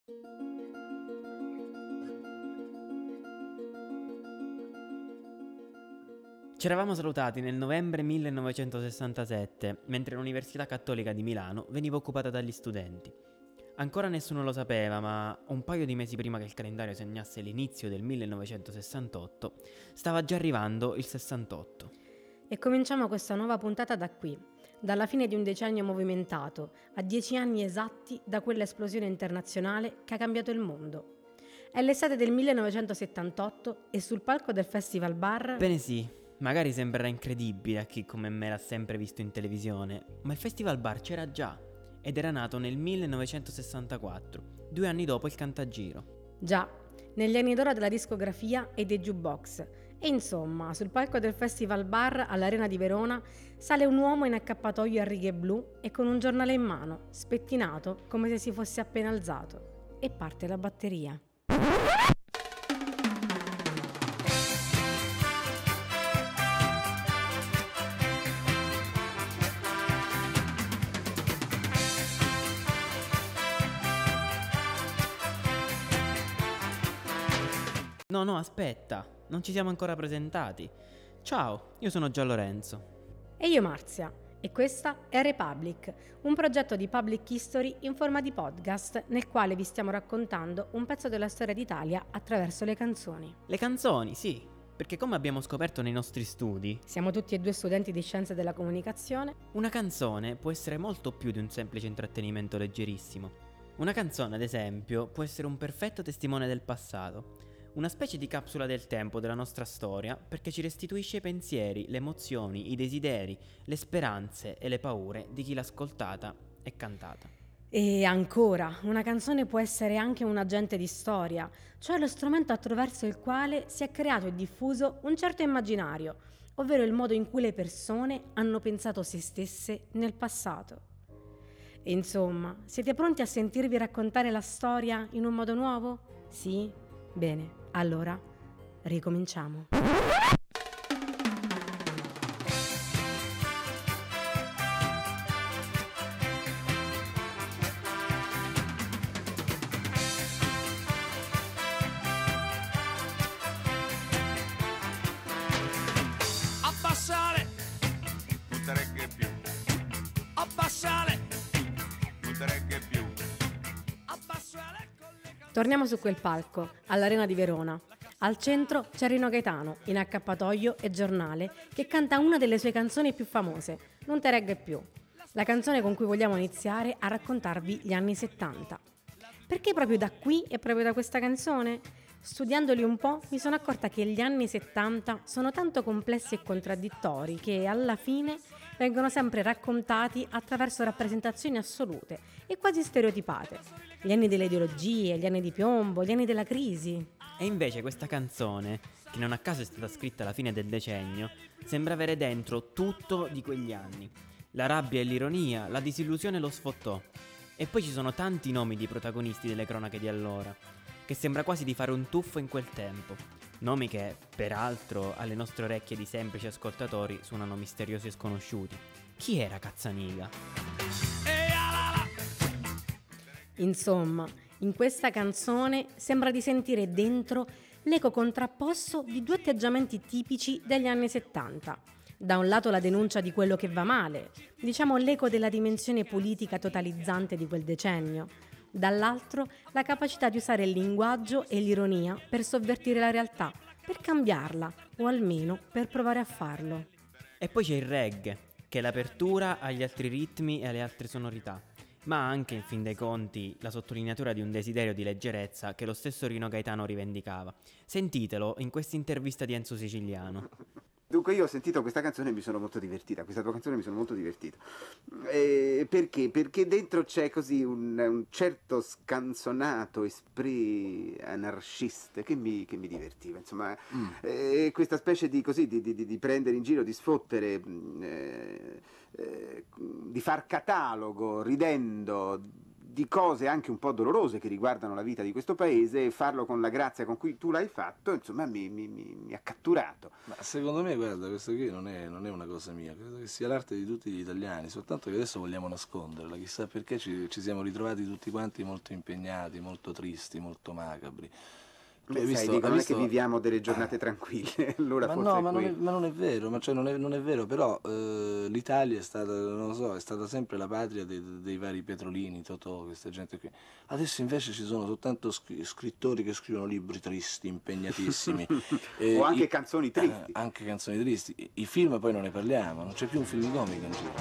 Ci eravamo salutati nel novembre 1967, mentre l'Università Cattolica di Milano veniva occupata dagli studenti. Ancora nessuno lo sapeva, ma un paio di mesi prima che il calendario segnasse l'inizio del 1968, stava già arrivando il 68. E cominciamo questa nuova puntata da qui, dalla fine di un decennio movimentato, a 10 anni esatti da quell'esplosione internazionale che ha cambiato il mondo. È l'estate del 1978 e sul palco del Festival Bar... Bene sì, magari sembrerà incredibile a chi come me l'ha sempre visto in televisione, ma il Festival Bar c'era già ed era nato nel 1964, 2 anni dopo il Cantagiro. Già, negli anni d'oro della discografia e dei jukebox. E insomma, sul palco del Festival Bar all'Arena di Verona sale un uomo in accappatoio a righe blu e con un giornale in mano, spettinato come se si fosse appena alzato. E parte la batteria. No, aspetta, non ci siamo ancora presentati. Ciao, io sono Gian Lorenzo. E io Marzia, e questa è Republic, un progetto di public history in forma di podcast nel quale vi stiamo raccontando un pezzo della storia d'Italia attraverso le canzoni. Le canzoni, sì, perché come abbiamo scoperto nei nostri studi, siamo tutti e due studenti di scienze della comunicazione, una canzone può essere molto più di un semplice intrattenimento leggerissimo. Una canzone, ad esempio, può essere un perfetto testimone del passato. Una specie di capsula del tempo della nostra storia perché ci restituisce i pensieri, le emozioni, i desideri, le speranze e le paure di chi l'ha ascoltata e cantata. E ancora, una canzone può essere anche un agente di storia, cioè lo strumento attraverso il quale si è creato e diffuso un certo immaginario, ovvero il modo in cui le persone hanno pensato se stesse nel passato. E insomma, siete pronti a sentirvi raccontare la storia in un modo nuovo? Sì? Bene, allora ricominciamo. Abbassare, non te regge più. Abbassare, non te regge più. Abbassare. Torniamo su quel palco, all'Arena di Verona. Al centro c'è Rino Gaetano, in accappatoio e giornale, che canta una delle sue canzoni più famose, Non te regge più. La canzone con cui vogliamo iniziare a raccontarvi gli anni 70. Perché proprio da qui e proprio da questa canzone? Studiandoli un po' mi sono accorta che gli anni 70 sono tanto complessi e contraddittori che alla fine vengono sempre raccontati attraverso rappresentazioni assolute e quasi stereotipate. Gli anni delle ideologie, gli anni di piombo, gli anni della crisi. E invece questa canzone, che non a caso è stata scritta alla fine del decennio, sembra avere dentro tutto di quegli anni. La rabbia e l'ironia, la disillusione e lo sfottò. E poi ci sono tanti nomi di protagonisti delle cronache di allora, che sembra quasi di fare un tuffo in quel tempo. Nomi che, peraltro, alle nostre orecchie di semplici ascoltatori suonano misteriosi e sconosciuti. Chi era Cazzaniga? Insomma, in questa canzone sembra di sentire dentro l'eco contrapposto di due atteggiamenti tipici degli anni 70. Da un lato la denuncia di quello che va male, diciamo l'eco della dimensione politica totalizzante di quel decennio. Dall'altro la capacità di usare il linguaggio e l'ironia per sovvertire la realtà, per cambiarla, o almeno per provare a farlo. E poi c'è il reggae, che è l'apertura agli altri ritmi e alle altre sonorità, ma anche, in fin dei conti, la sottolineatura di un desiderio di leggerezza che lo stesso Rino Gaetano rivendicava. Sentitelo in questa intervista di Enzo Siciliano. Dunque io ho sentito questa canzone e mi sono molto divertita, questa tua canzone mi sono molto divertita. Perché? Perché dentro c'è così un certo scanzonato esprit anarchiste che mi divertiva, insomma, questa specie di così, di prendere in giro, di sfottere, di far catalogo, ridendo, di cose anche un po' dolorose che riguardano la vita di questo paese, e farlo con la grazia con cui tu l'hai fatto, insomma, mi ha catturato. Ma secondo me, guarda, questo qui non è una cosa mia, credo che sia l'arte di tutti gli italiani, soltanto che adesso vogliamo nasconderla, chissà perché ci siamo ritrovati tutti quanti molto impegnati, molto tristi, molto macabri. Beh, sai, dico, non è che viviamo delle giornate tranquille, allora Ma forse no, è ma quello. non è vero, ma cioè non è vero, però l'Italia è stata, non lo so, è stata sempre la patria dei vari Petrolini, Totò, questa gente qui. Adesso invece ci sono soltanto scrittori che scrivono libri tristi, impegnatissimi. O anche canzoni tristi. Anche canzoni tristi. I film poi non ne parliamo, non c'è più un film comico in giro.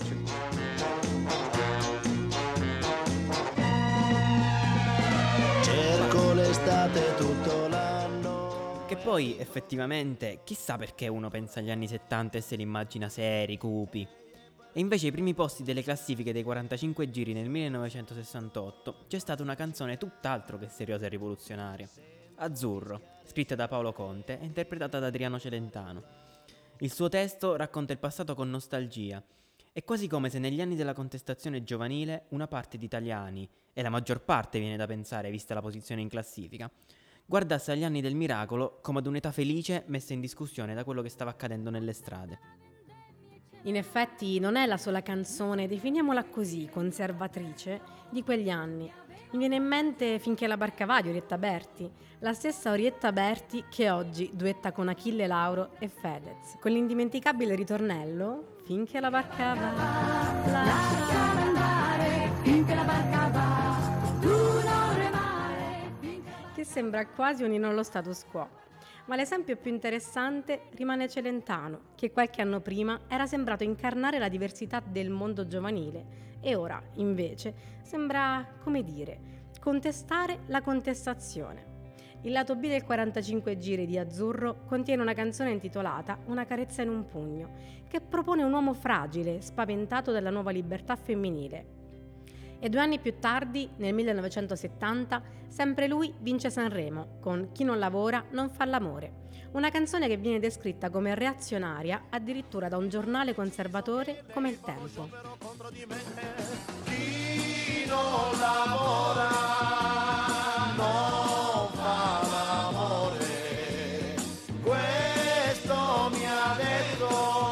Cerco l'estate tutto l'anno. Che poi effettivamente chissà perché uno pensa agli anni 70 e se li immagina seri, cupi. E invece ai primi posti delle classifiche dei 45 giri nel 1968 c'è stata una canzone tutt'altro che seriosa e rivoluzionaria. Azzurro, scritta da Paolo Conte e interpretata da Adriano Celentano. Il suo testo racconta il passato con nostalgia. È quasi come se negli anni della contestazione giovanile una parte di italiani, e la maggior parte viene da pensare vista la posizione in classifica, guardasse agli anni del miracolo come ad un'età felice messa in discussione da quello che stava accadendo nelle strade. In effetti non è la sola canzone, definiamola così, conservatrice, di quegli anni. Mi viene in mente Finché la barca va di Orietta Berti, la stessa Orietta Berti che oggi duetta con Achille Lauro e Fedez, con l'indimenticabile ritornello Finché la barca va, lasciala andare, finché la barca va, tu non remare, che sembra quasi un inno allo status quo. Ma l'esempio più interessante rimane Celentano, che qualche anno prima era sembrato incarnare la diversità del mondo giovanile e ora, invece, sembra, come dire, contestare la contestazione. Il lato B del 45 giri di Azzurro contiene una canzone intitolata Una carezza in un pugno, che propone un uomo fragile, spaventato dalla nuova libertà femminile. E 2 anni più tardi, nel 1970, sempre lui vince Sanremo con Chi non lavora non fa l'amore, una canzone che viene descritta come reazionaria addirittura da un giornale conservatore come Il Tempo. Chi non lavora non fa l'amore, questo mi ha detto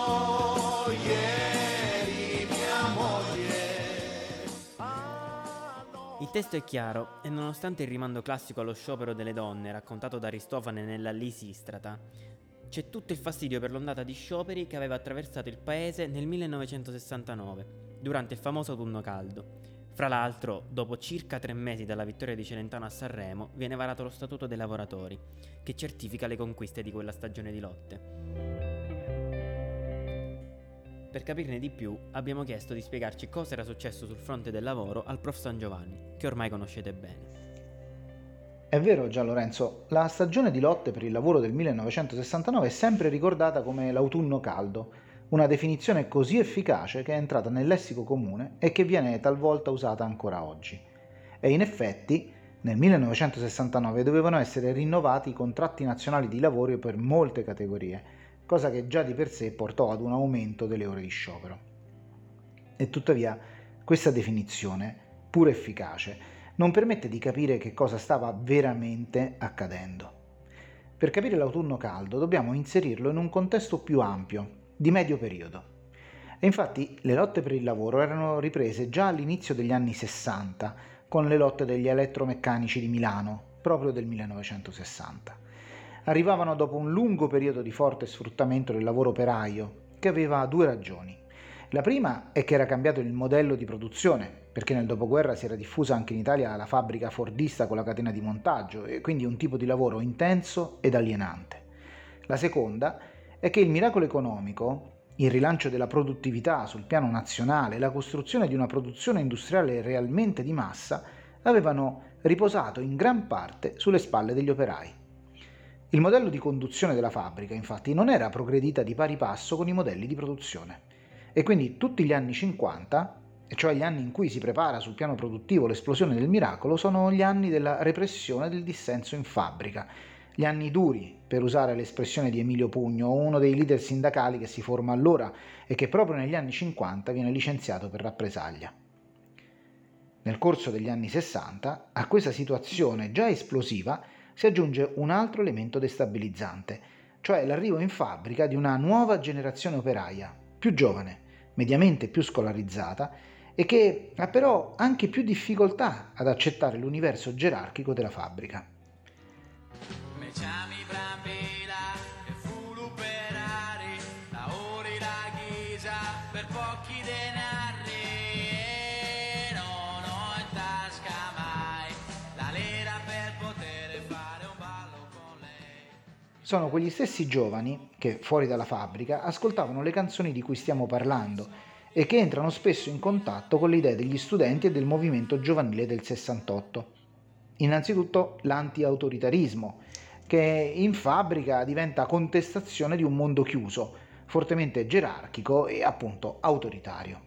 ieri mia moglie. Il testo è chiaro e nonostante il rimando classico allo sciopero delle donne raccontato da Aristofane nella Lisistrata, c'è tutto il fastidio per l'ondata di scioperi che aveva attraversato il paese nel 1969, durante il famoso autunno caldo. Fra l'altro, dopo circa 3 mesi dalla vittoria di Celentano a Sanremo, viene varato lo Statuto dei lavoratori, che certifica le conquiste di quella stagione di lotte. Per capirne di più, abbiamo chiesto di spiegarci cosa era successo sul fronte del lavoro al prof. San Giovanni, che ormai conoscete bene. È vero Gian Lorenzo, la stagione di lotte per il lavoro del 1969 è sempre ricordata come l'autunno caldo, una definizione così efficace che è entrata nel lessico comune e che viene talvolta usata ancora oggi. E in effetti, nel 1969 dovevano essere rinnovati i contratti nazionali di lavoro per molte categorie, cosa che già di per sé portò ad un aumento delle ore di sciopero. E tuttavia, questa definizione, pur efficace, non permette di capire che cosa stava veramente accadendo. Per capire l'autunno caldo dobbiamo inserirlo in un contesto più ampio, di medio periodo. E infatti le lotte per il lavoro erano riprese già all'inizio degli anni 60, con le lotte degli elettromeccanici di Milano, proprio del 1960. Arrivavano dopo un lungo periodo di forte sfruttamento del lavoro operaio, che aveva 2 ragioni. La prima è che era cambiato il modello di produzione, perché nel dopoguerra si era diffusa anche in Italia la fabbrica fordista con la catena di montaggio e quindi un tipo di lavoro intenso ed alienante. La seconda è che il miracolo economico, il rilancio della produttività sul piano nazionale, la costruzione di una produzione industriale realmente di massa avevano riposato in gran parte sulle spalle degli operai. Il modello di conduzione della fabbrica, infatti, non era progredita di pari passo con i modelli di produzione. E quindi tutti gli anni 50, e cioè gli anni in cui si prepara sul piano produttivo l'esplosione del miracolo, sono gli anni della repressione del dissenso in fabbrica, gli anni duri, per usare l'espressione di Emilio Pugno, uno dei leader sindacali che si forma allora e che proprio negli anni 50 viene licenziato per rappresaglia. Nel corso degli anni 60, a questa situazione già esplosiva si aggiunge un altro elemento destabilizzante, cioè l'arrivo in fabbrica di una nuova generazione operaia, più giovane, mediamente più scolarizzata e che ha però anche più difficoltà ad accettare l'universo gerarchico della fabbrica. Sono quegli stessi giovani che, fuori dalla fabbrica, ascoltavano le canzoni di cui stiamo parlando e che entrano spesso in contatto con le idee degli studenti e del movimento giovanile del 68. Innanzitutto l'anti-autoritarismo, che in fabbrica diventa contestazione di un mondo chiuso, fortemente gerarchico e appunto autoritario.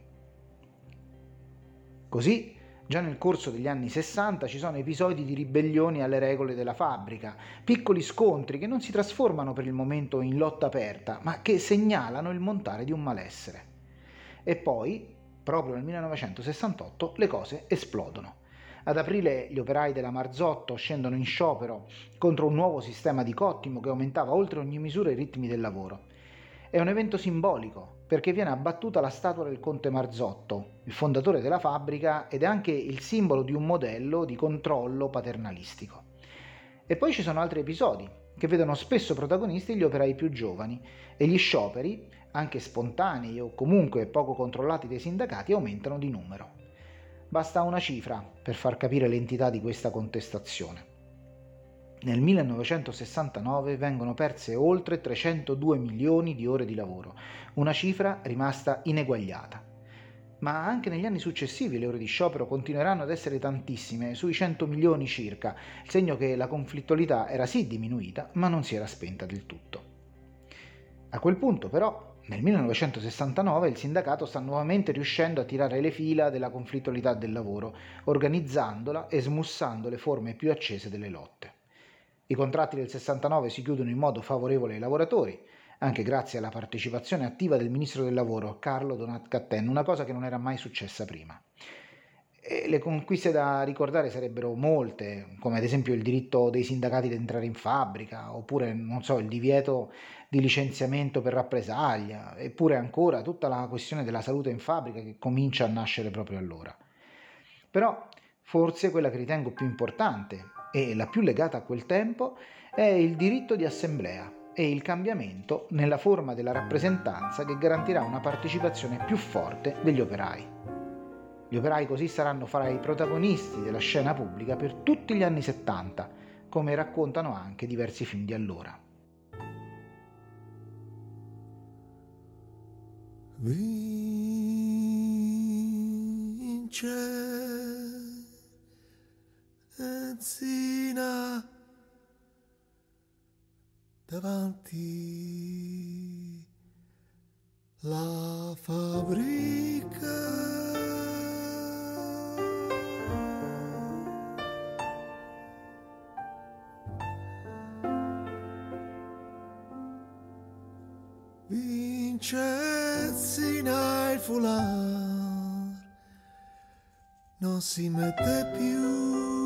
Così, già nel corso degli anni 60 ci sono episodi di ribellioni alle regole della fabbrica, piccoli scontri che non si trasformano per il momento in lotta aperta, ma che segnalano il montare di un malessere. E poi, proprio nel 1968, le cose esplodono. Ad aprile gli operai della Marzotto scendono in sciopero contro un nuovo sistema di cottimo che aumentava oltre ogni misura i ritmi del lavoro. È un evento simbolico, perché viene abbattuta la statua del conte Marzotto, il fondatore della fabbrica ed è anche il simbolo di un modello di controllo paternalistico. E poi ci sono altri episodi, che vedono spesso protagonisti gli operai più giovani, e gli scioperi, anche spontanei o comunque poco controllati dai sindacati, aumentano di numero. Basta una cifra per far capire l'entità di questa contestazione. Nel 1969 vengono perse oltre 302 milioni di ore di lavoro, una cifra rimasta ineguagliata. Ma anche negli anni successivi le ore di sciopero continueranno ad essere tantissime, sui 100 milioni circa, segno che la conflittualità era sì diminuita, ma non si era spenta del tutto. A quel punto, però, nel 1969 il sindacato sta nuovamente riuscendo a tirare le fila della conflittualità del lavoro, organizzandola e smussando le forme più accese delle lotte. I contratti del 69 si chiudono in modo favorevole ai lavoratori, anche grazie alla partecipazione attiva del ministro del lavoro Carlo Donat-Cattin, una cosa che non era mai successa prima. E le conquiste da ricordare sarebbero molte, come ad esempio il diritto dei sindacati ad entrare in fabbrica, oppure, non so, il divieto di licenziamento per rappresaglia, eppure ancora tutta la questione della salute in fabbrica che comincia a nascere proprio allora. Però forse quella che ritengo più importante e la più legata a quel tempo è il diritto di assemblea e il cambiamento nella forma della rappresentanza che garantirà una partecipazione più forte degli operai. Gli operai così saranno fra i protagonisti della scena pubblica per tutti gli anni 70, come raccontano anche diversi film di allora. Vince Zina davanti la fabbrica. Vincenzina il foulard non si mette più.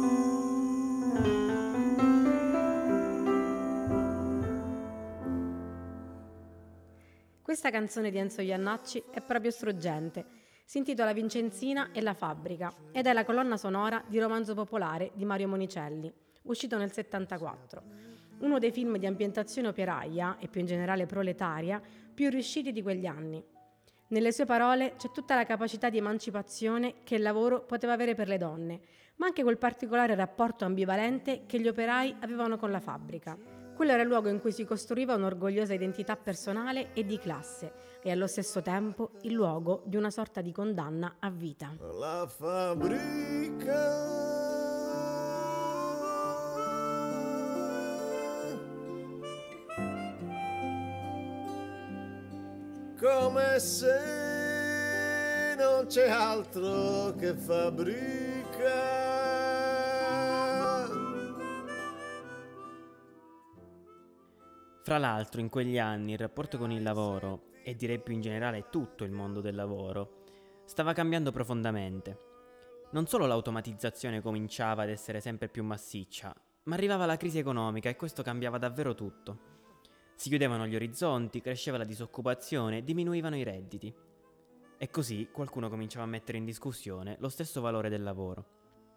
Questa canzone di Enzo Jannacci è proprio struggente. Si intitola Vincenzina e la fabbrica ed è la colonna sonora di Romanzo popolare di Mario Monicelli, uscito nel 74. Uno dei film di ambientazione operaia e più in generale proletaria più riusciti di quegli anni. Nelle sue parole c'è tutta la capacità di emancipazione che il lavoro poteva avere per le donne, ma anche quel particolare rapporto ambivalente che gli operai avevano con la fabbrica. Quello era il luogo in cui si costruiva un'orgogliosa identità personale e di classe e allo stesso tempo il luogo di una sorta di condanna a vita. La fabbrica come se non c'è altro che fabbrica. Fra l'altro, in quegli anni il rapporto con il lavoro, e direi più in generale tutto il mondo del lavoro, stava cambiando profondamente. Non solo l'automatizzazione cominciava ad essere sempre più massiccia, ma arrivava la crisi economica e questo cambiava davvero tutto. Si chiudevano gli orizzonti, cresceva la disoccupazione, diminuivano i redditi. E così qualcuno cominciava a mettere in discussione lo stesso valore del lavoro.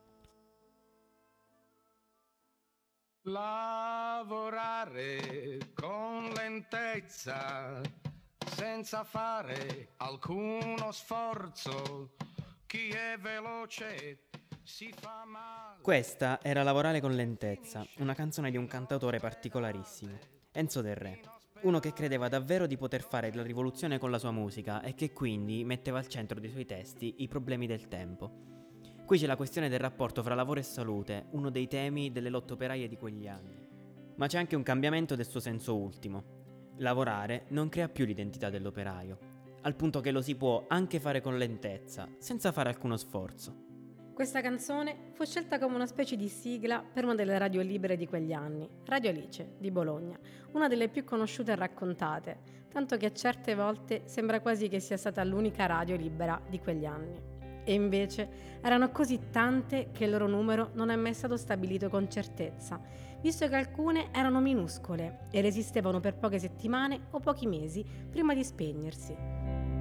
Lavorare con lentezza, senza fare alcuno sforzo. Chi è veloce si fa male. Questa era Lavorare con lentezza, una canzone di un cantautore particolarissimo, Enzo Del Re, uno che credeva davvero di poter fare la rivoluzione con la sua musica e che quindi metteva al centro dei suoi testi i problemi del tempo. Qui c'è la questione del rapporto fra lavoro e salute, uno dei temi delle lotte operaie di quegli anni. Ma c'è anche un cambiamento del suo senso ultimo. Lavorare non crea più l'identità dell'operaio, al punto che lo si può anche fare con lentezza, senza fare alcuno sforzo. Questa canzone fu scelta come una specie di sigla per una delle radio libere di quegli anni, Radio Alice di Bologna, una delle più conosciute e raccontate, tanto che certe volte sembra quasi che sia stata l'unica radio libera di quegli anni. E invece erano così tante che il loro numero non è mai stato stabilito con certezza, visto che alcune erano minuscole e resistevano per poche settimane o pochi mesi prima di spegnersi.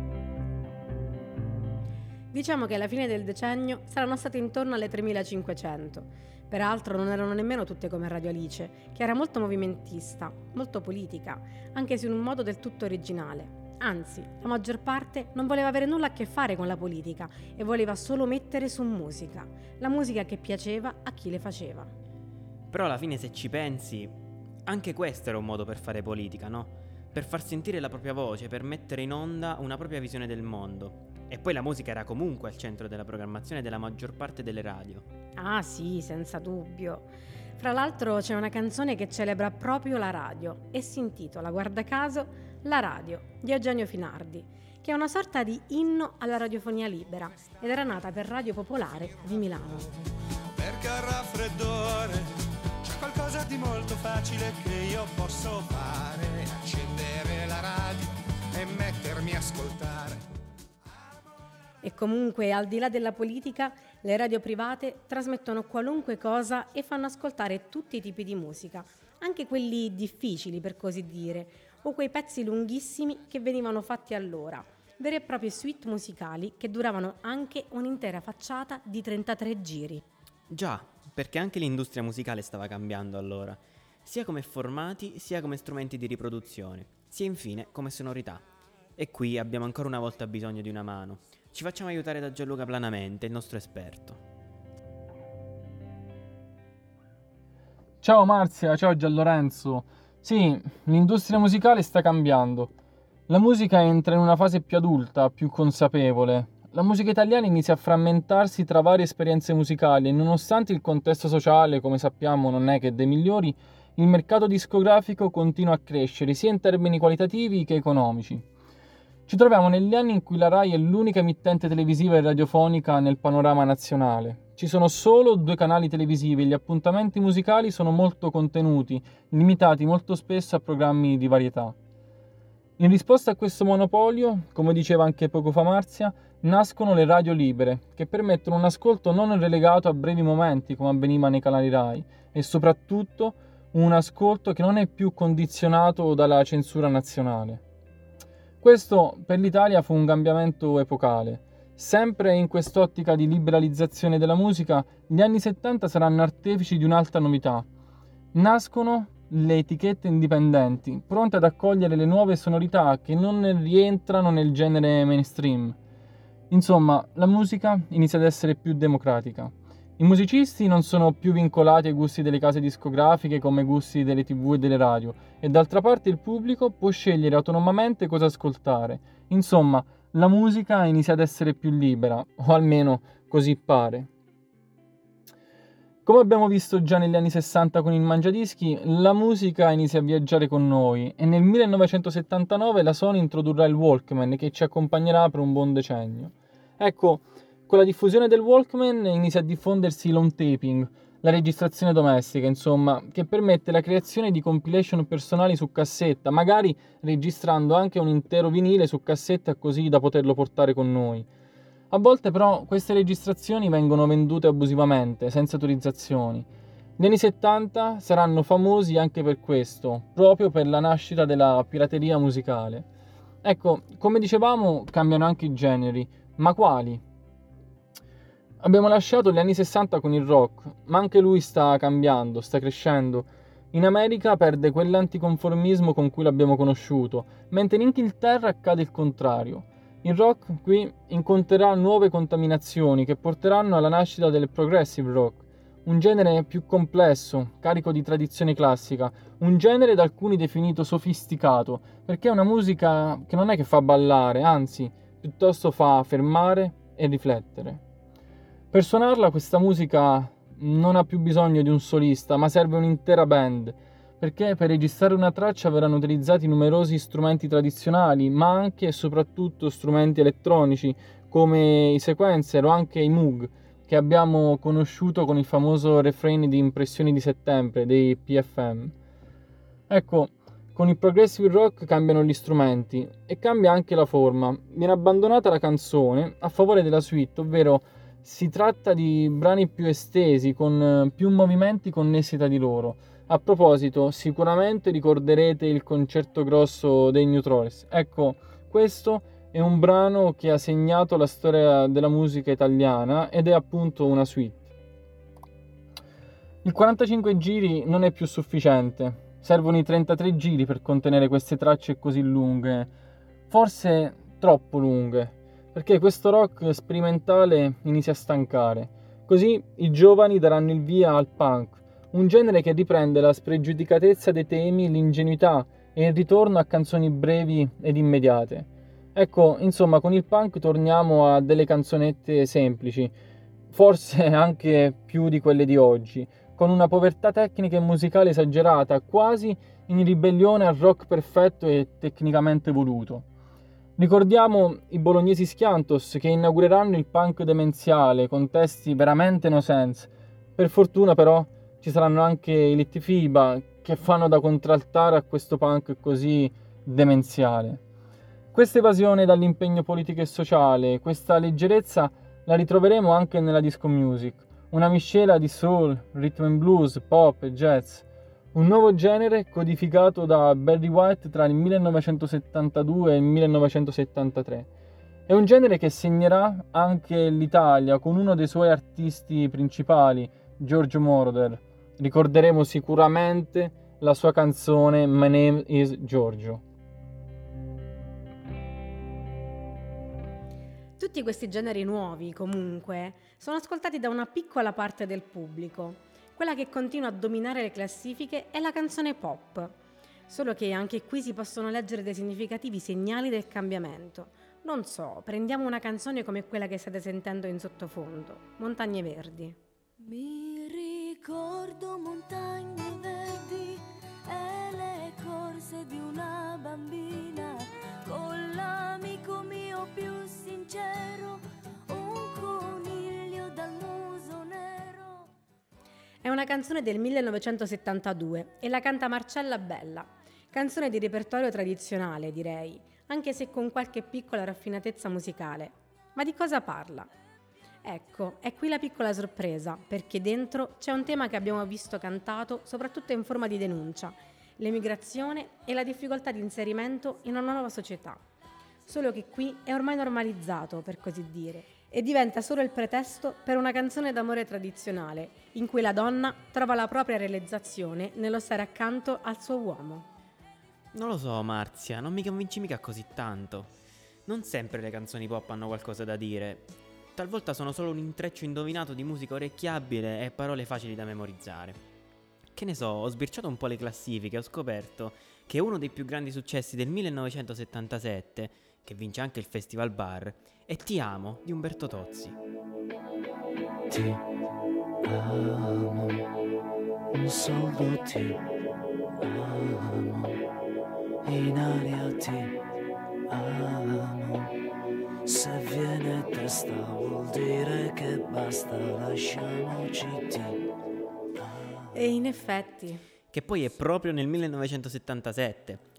Diciamo che alla fine del decennio saranno state intorno alle 3500. Peraltro non erano nemmeno tutte come Radio Alice, che era molto movimentista, molto politica, anche se in un modo del tutto originale. Anzi, la maggior parte non voleva avere nulla a che fare con la politica e voleva solo mettere su musica, la musica che piaceva a chi le faceva. Però alla fine, se ci pensi, anche questo era un modo per fare politica, no? Per far sentire la propria voce, per mettere in onda una propria visione del mondo. E poi la musica era comunque al centro della programmazione della maggior parte delle radio. Ah sì, senza dubbio. Fra l'altro c'è una canzone che celebra proprio la radio e si intitola, guarda caso, La radio di Eugenio Finardi, che è una sorta di inno alla radiofonia libera ed era nata per Radio Popolare di Milano. Perché al raffreddore c'è qualcosa di molto facile che io posso fare: accendere la radio e mettermi a ascoltare. E comunque, al di là della politica, le radio private trasmettono qualunque cosa e fanno ascoltare tutti i tipi di musica, anche quelli difficili per così dire, o quei pezzi lunghissimi che venivano fatti allora, vere e proprie suite musicali che duravano anche un'intera facciata di 33 giri. Già, perché anche l'industria musicale stava cambiando allora, sia come formati sia come strumenti di riproduzione, sia infine come sonorità. E qui abbiamo ancora una volta bisogno di una mano. Ci facciamo aiutare da Gianluca Planamente, il nostro esperto. Ciao Marzia, ciao Gianlorenzo. Sì, l'industria musicale sta cambiando. La musica entra in una fase più adulta, più consapevole. La musica italiana inizia a frammentarsi tra varie esperienze musicali e nonostante il contesto sociale, come sappiamo, non è che dei migliori, il mercato discografico continua a crescere sia in termini qualitativi che economici. Ci troviamo negli anni in cui la RAI è l'unica emittente televisiva e radiofonica nel panorama nazionale. Ci sono solo 2 canali televisivi e gli appuntamenti musicali sono molto contenuti, limitati molto spesso a programmi di varietà. In risposta a questo monopolio, come diceva anche poco fa Marzia, nascono le radio libere, che permettono un ascolto non relegato a brevi momenti come avveniva nei canali RAI, e soprattutto un ascolto che non è più condizionato dalla censura nazionale. Questo per l'Italia fu un cambiamento epocale. Sempre in quest'ottica di liberalizzazione della musica, gli anni 70 saranno artefici di un'altra novità. Nascono le etichette indipendenti, pronte ad accogliere le nuove sonorità che non rientrano nel genere mainstream. Insomma, la musica inizia ad essere più democratica. I musicisti non sono più vincolati ai gusti delle case discografiche come ai gusti delle TV e delle radio, e d'altra parte il pubblico può scegliere autonomamente cosa ascoltare. Insomma, la musica inizia ad essere più libera, o almeno così pare. Come abbiamo visto già negli anni 60 con il Mangiadischi, la musica inizia a viaggiare con noi e nel 1979 la Sony introdurrà il Walkman che ci accompagnerà per un buon decennio. Ecco, con la diffusione del Walkman inizia a diffondersi l'home taping, la registrazione domestica, insomma, che permette la creazione di compilation personali su cassetta, magari registrando anche un intero vinile su cassetta così da poterlo portare con noi. A volte però queste registrazioni vengono vendute abusivamente, senza autorizzazioni. Gli anni 70 saranno famosi anche per questo, proprio per la nascita della pirateria musicale. Ecco, come dicevamo, cambiano anche i generi, ma quali? Abbiamo lasciato gli anni 60 con il rock, ma anche lui sta cambiando, sta crescendo. In America perde quell'anticonformismo con cui l'abbiamo conosciuto, mentre in Inghilterra accade il contrario. Il rock qui incontrerà nuove contaminazioni che porteranno alla nascita del progressive rock, un genere più complesso, carico di tradizione classica, un genere da alcuni definito sofisticato, perché è una musica che non è che fa ballare, anzi, piuttosto fa fermare e riflettere. Per suonarla questa musica non ha più bisogno di un solista, ma serve un'intera band, perché per registrare una traccia verranno utilizzati numerosi strumenti tradizionali, ma anche e soprattutto strumenti elettronici, come i sequencer o anche i Moog, che abbiamo conosciuto con il famoso refrain di Impressioni di settembre dei PFM. Ecco, con il progressive rock cambiano gli strumenti e cambia anche la forma. Viene abbandonata la canzone a favore della suite, ovvero si tratta di brani più estesi, con più movimenti connessi tra di loro. A proposito, sicuramente ricorderete il concerto grosso dei New Trolls. Ecco, questo è un brano che ha segnato la storia della musica italiana ed è appunto una suite. Il 45 giri non è più sufficiente, servono i 33 giri per contenere queste tracce così lunghe, forse troppo lunghe, perché questo rock sperimentale inizia a stancare. Così i giovani daranno il via al punk, un genere che riprende la spregiudicatezza dei temi, l'ingenuità e il ritorno a canzoni brevi ed immediate. Ecco, insomma, con il punk torniamo a delle canzonette semplici, forse anche più di quelle di oggi, con una povertà tecnica e musicale esagerata, quasi in ribellione al rock perfetto e tecnicamente voluto. Ricordiamo i bolognesi Schiantos che inaugureranno il punk demenziale con testi veramente no sense. Per fortuna però ci saranno anche i Litfiba che fanno da contraltare a questo punk così demenziale. Questa evasione dall'impegno politico e sociale, questa leggerezza la ritroveremo anche nella disco music, una miscela di soul, rhythm and blues, pop e jazz, un nuovo genere codificato da Barry White tra il 1972 e il 1973. È un genere che segnerà anche l'Italia con uno dei suoi artisti principali, Giorgio Moroder. Ricorderemo sicuramente la sua canzone My Name is Giorgio. Tutti questi generi nuovi, comunque, sono ascoltati da una piccola parte del pubblico. Quella che continua a dominare le classifiche è la canzone pop. Solo che anche qui si possono leggere dei significativi segnali del cambiamento. Non so, prendiamo una canzone come quella che state sentendo in sottofondo, Montagne Verdi. Mi ricordo montagne verdi e le corse di una bambina con l'amico mio più sincero, un coniglio dal muso nero. È una canzone del 1972 e la canta Marcella Bella, canzone di repertorio tradizionale, direi, anche se con qualche piccola raffinatezza musicale. Ma di cosa parla? Ecco, è qui la piccola sorpresa, perché dentro c'è un tema che abbiamo visto cantato soprattutto in forma di denuncia, l'emigrazione e la difficoltà di inserimento in una nuova società. Solo che qui è ormai normalizzato, per così dire, e diventa solo il pretesto per una canzone d'amore tradizionale, in cui la donna trova la propria realizzazione nello stare accanto al suo uomo. Non lo so, Marzia, non mi convinci mica così tanto. Non sempre le canzoni pop hanno qualcosa da dire. Talvolta sono solo un intreccio indovinato di musica orecchiabile e parole facili da memorizzare. Che ne so, ho sbirciato un po' le classifiche e ho scoperto che uno dei più grandi successi del 1977, che vince anche il Festival Bar, è Ti amo di Umberto Tozzi. Ti amo, un solo ti amo, in aria ti amo. Se viene testa vuol dire che basta, lasciamoci ti amo. E in effetti... Che poi è proprio nel 1977,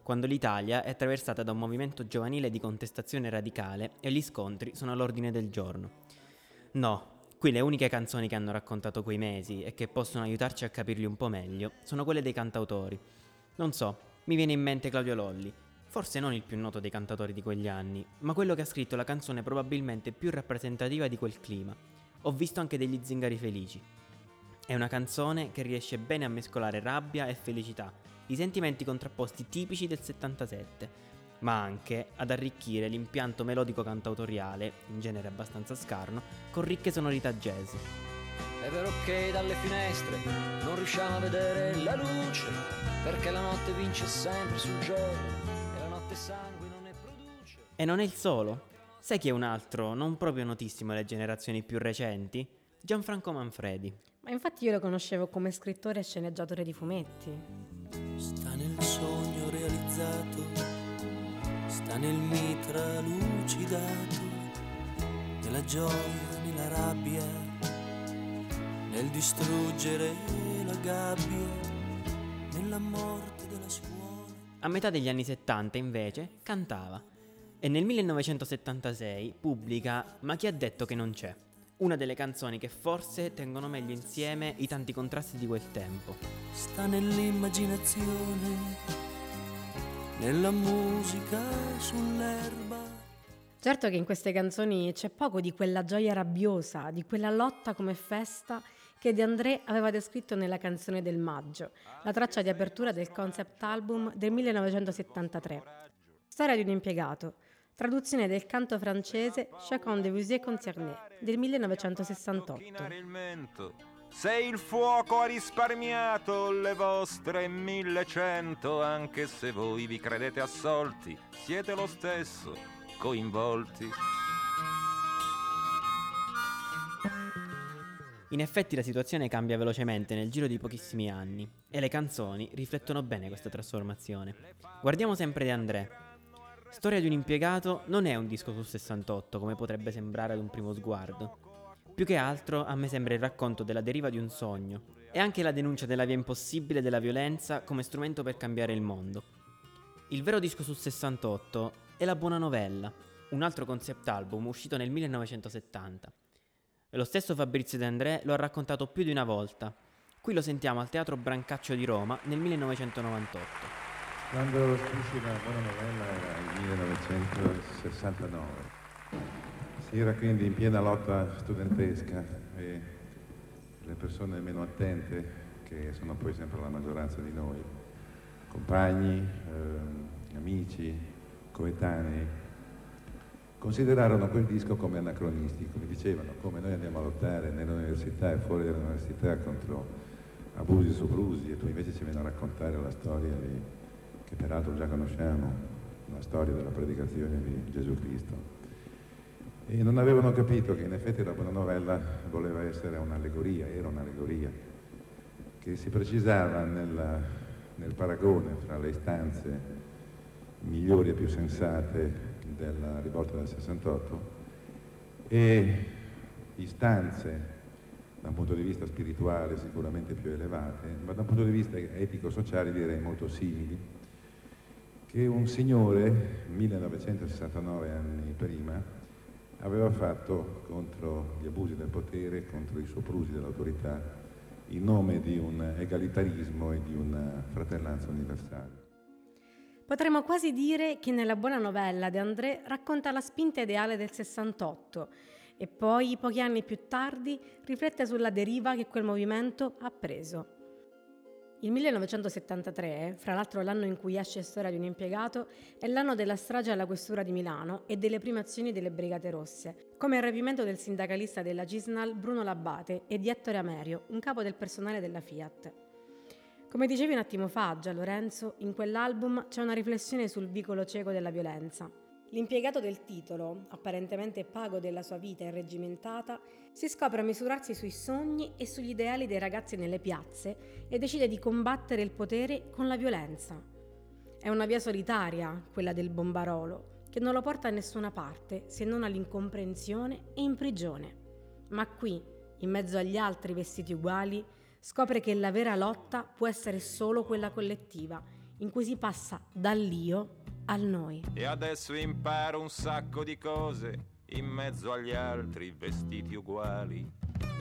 quando l'Italia è attraversata da un movimento giovanile di contestazione radicale e gli scontri sono all'ordine del giorno. No, qui le uniche canzoni che hanno raccontato quei mesi e che possono aiutarci a capirli un po' meglio sono quelle dei cantautori. Non so, mi viene in mente Claudio Lolli, forse non il più noto dei cantatori di quegli anni, ma quello che ha scritto la canzone probabilmente più rappresentativa di quel clima. Ho visto anche degli Zingari Felici. È una canzone che riesce bene a mescolare rabbia e felicità, i sentimenti contrapposti tipici del 77, ma anche ad arricchire l'impianto melodico cantautoriale, in genere abbastanza scarno, con ricche sonorità jazz. È vero che dalle finestre non riusciamo a vedere la luce, perché la notte vince sempre sul giorno e la notte sangue non ne produce. E non è il solo. Sai chi è un altro, non proprio notissimo alle generazioni più recenti? Gianfranco Manfredi. Ma infatti io lo conoscevo come scrittore e sceneggiatore di fumetti. Sta nel sogno realizzato, sta nel mitra lucidato, nella gioia, nella rabbia, nel distruggere la gabbia, nella morte della scuola. A metà degli anni 70 invece cantava e nel 1976 pubblica Ma chi ha detto che non c'è? Una delle canzoni che forse tengono meglio insieme i tanti contrasti di quel tempo. Sta nell'immaginazione, nella musica sull'erba. Certo che in queste canzoni c'è poco di quella gioia rabbiosa, di quella lotta come festa che De André aveva descritto nella canzone del maggio, la traccia di apertura del concept album del 1973. Storia di un impiegato, traduzione del canto francese Chacun de vous est concerné del 1968. Se il fuoco ha risparmiato le vostre 1100, anche se voi vi credete assolti, siete lo stesso coinvolti. In effetti la situazione cambia velocemente nel giro di pochissimi anni e le canzoni riflettono bene questa trasformazione. Guardiamo sempre De André. Storia di un impiegato non è un disco su 68 come potrebbe sembrare ad un primo sguardo. Più che altro a me sembra il racconto della deriva di un sogno e anche la denuncia della via impossibile della violenza come strumento per cambiare il mondo. Il vero disco su 68 è La Buona Novella, un altro concept album uscito nel 1970. Lo stesso Fabrizio De André lo ha raccontato più di una volta. Qui lo sentiamo al Teatro Brancaccio di Roma nel 1998. Quando scrissi La Buona Novella era il 1969. Si era quindi in piena lotta studentesca e le persone meno attente, che sono poi sempre la maggioranza di noi, compagni, amici, coetanei, considerarono quel disco come anacronistico. Mi dicevano come noi andiamo a lottare nell'università e fuori dall'università contro abusi e soprusi, e tu invece ci vieni a raccontare la storia che peraltro già conosciamo, la storia della predicazione di Gesù Cristo. E non avevano capito che in effetti La Buona Novella voleva essere un'allegoria, era un'allegoria, che si precisava nel paragone fra le istanze migliori e più sensate della rivolta del 68 e istanze da un punto di vista spirituale sicuramente più elevate, ma da un punto di vista etico-sociale direi molto simili, che un signore 1969 anni prima aveva fatto contro gli abusi del potere, contro i soprusi dell'autorità, in nome di un egalitarismo e di una fratellanza universale. Potremmo quasi dire che nella Buona Novella De André racconta la spinta ideale del 68 e poi, pochi anni più tardi, riflette sulla deriva che quel movimento ha preso. Il 1973, fra l'altro l'anno in cui esce Storia di un impiegato, è l'anno della strage alla questura di Milano e delle prime azioni delle Brigate Rosse, come il rapimento del sindacalista della Cisnal Bruno Labate e di Ettore Amerio, un capo del personale della Fiat. Come dicevi un attimo fa, Gia Lorenzo, in quell'album c'è una riflessione sul vicolo cieco della violenza. L'impiegato del titolo, apparentemente pago della sua vita irreggimentata, si scopre a misurarsi sui sogni e sugli ideali dei ragazzi nelle piazze e decide di combattere il potere con la violenza. È una via solitaria, quella del bombarolo, che non lo porta a nessuna parte se non all'incomprensione e in prigione. Ma qui, in mezzo agli altri vestiti uguali, scopre che la vera lotta può essere solo quella collettiva, in cui si passa dall'io al noi. E adesso imparo un sacco di cose in mezzo agli altri vestiti uguali.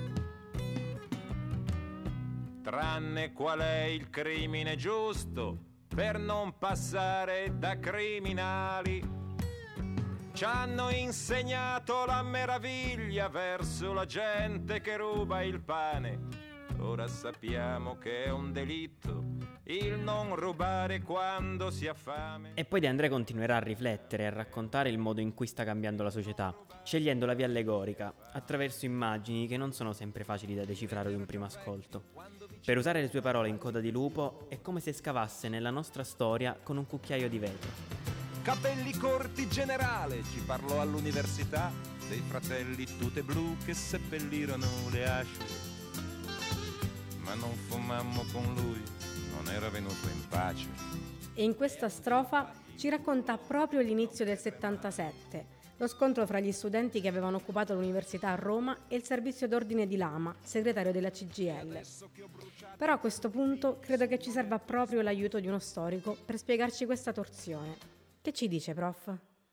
Tranne qual è il crimine giusto per non passare da criminali. Ci hanno insegnato la meraviglia verso la gente che ruba il pane. Ora sappiamo che è un delitto il non rubare quando si ha fame. E poi De André continuerà a riflettere e a raccontare il modo in cui sta cambiando la società, scegliendo la via allegorica, attraverso immagini che non sono sempre facili da decifrare ad un primo ascolto. Per usare le sue parole in coda di lupo, è come se scavasse nella nostra storia con un cucchiaio di vetro. Capelli corti generale, ci parlò all'università dei fratelli tute blu che seppellirono le asce. Ma non fumammo con lui, non era venuto in pace. E in questa strofa ci racconta proprio l'inizio del 77, lo scontro fra gli studenti che avevano occupato l'università a Roma e il servizio d'ordine di Lama, segretario della CGIL. Però a questo punto credo che ci serva proprio l'aiuto di uno storico per spiegarci questa torsione. Che ci dice, prof?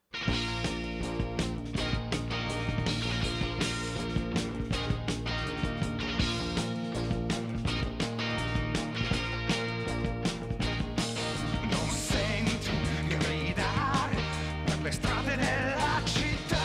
Non sento gridare per le strade della città.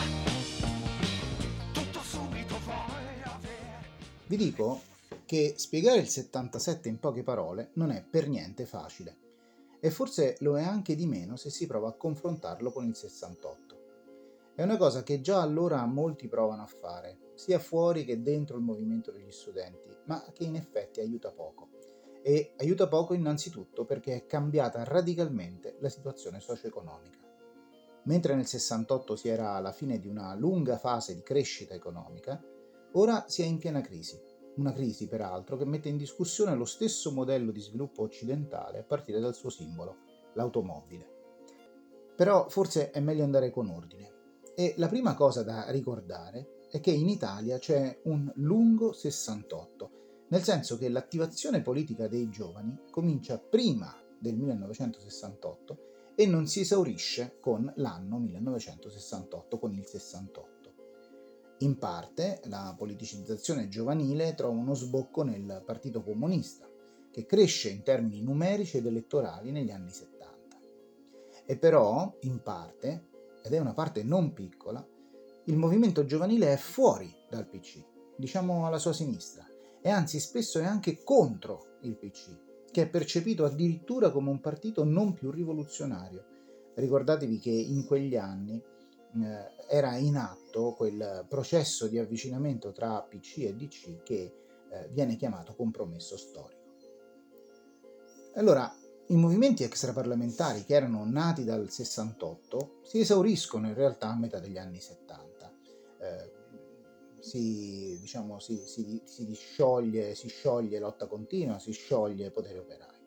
Tutto subito voglio avere. Vi dico che spiegare il 77 in poche parole non è per niente facile. E forse lo è anche di meno se si prova a confrontarlo con il 68. È una cosa che già allora molti provano a fare, sia fuori che dentro il movimento degli studenti, ma che in effetti aiuta poco. E aiuta poco innanzitutto perché è cambiata radicalmente la situazione socio-economica. Mentre nel 68 si era alla fine di una lunga fase di crescita economica, ora si è in piena crisi. Una crisi, peraltro, che mette in discussione lo stesso modello di sviluppo occidentale a partire dal suo simbolo, l'automobile. Però forse è meglio andare con ordine. E la prima cosa da ricordare è che in Italia c'è un lungo 68, nel senso che l'attivazione politica dei giovani comincia prima del 1968 e non si esaurisce con l'anno 1968, con il 68. In parte la politicizzazione giovanile trova uno sbocco nel Partito Comunista, che cresce in termini numerici ed elettorali negli anni 70. E però, in parte, ed è una parte non piccola, il movimento giovanile è fuori dal PC, diciamo alla sua sinistra, e anzi spesso è anche contro il PC, che è percepito addirittura come un partito non più rivoluzionario. Ricordatevi che in quegli anni era in atto quel processo di avvicinamento tra PC e DC che viene chiamato compromesso storico. Allora, i movimenti extraparlamentari che erano nati dal 68 si esauriscono in realtà a metà degli anni 70. Si scioglie Lotta Continua, si scioglie Potere Operaio.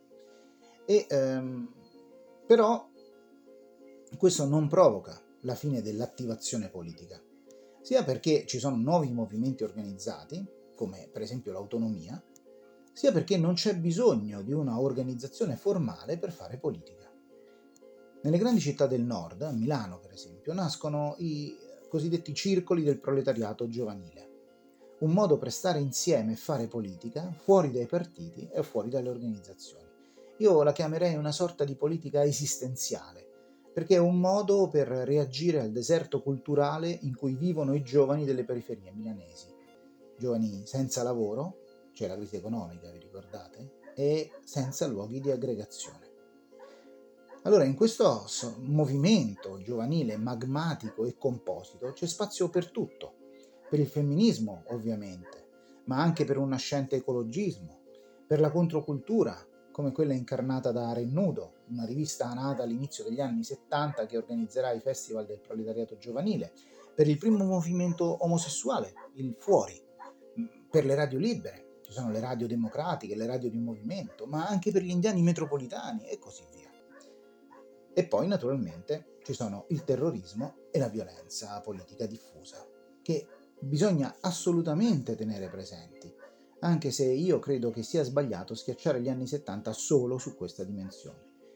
Però questo non provoca la fine dell'attivazione politica, sia perché ci sono nuovi movimenti organizzati, come per esempio l'autonomia, sia perché non c'è bisogno di una organizzazione formale per fare politica. Nelle grandi città del nord, a Milano per esempio, nascono i cosiddetti circoli del proletariato giovanile, un modo per stare insieme e fare politica fuori dai partiti e fuori dalle organizzazioni. Io la chiamerei una sorta di politica esistenziale, perché è un modo per reagire al deserto culturale in cui vivono i giovani delle periferie milanesi. Giovani senza lavoro, c'è la crisi economica, vi ricordate? E senza luoghi di aggregazione. Allora, in questo movimento giovanile magmatico e composito c'è spazio per tutto, per il femminismo ovviamente, ma anche per un nascente ecologismo, per la controcultura, come quella incarnata da Rennudo, una rivista nata all'inizio degli anni 70 che organizzerà i festival del proletariato giovanile, per il primo movimento omosessuale, il Fuori, per le radio libere, ci sono le radio democratiche, le radio di movimento, ma anche per gli indiani metropolitani e così via. E poi naturalmente ci sono il terrorismo e la violenza politica diffusa, che bisogna assolutamente tenere presenti, anche se io credo che sia sbagliato schiacciare gli anni 70 solo su questa dimensione.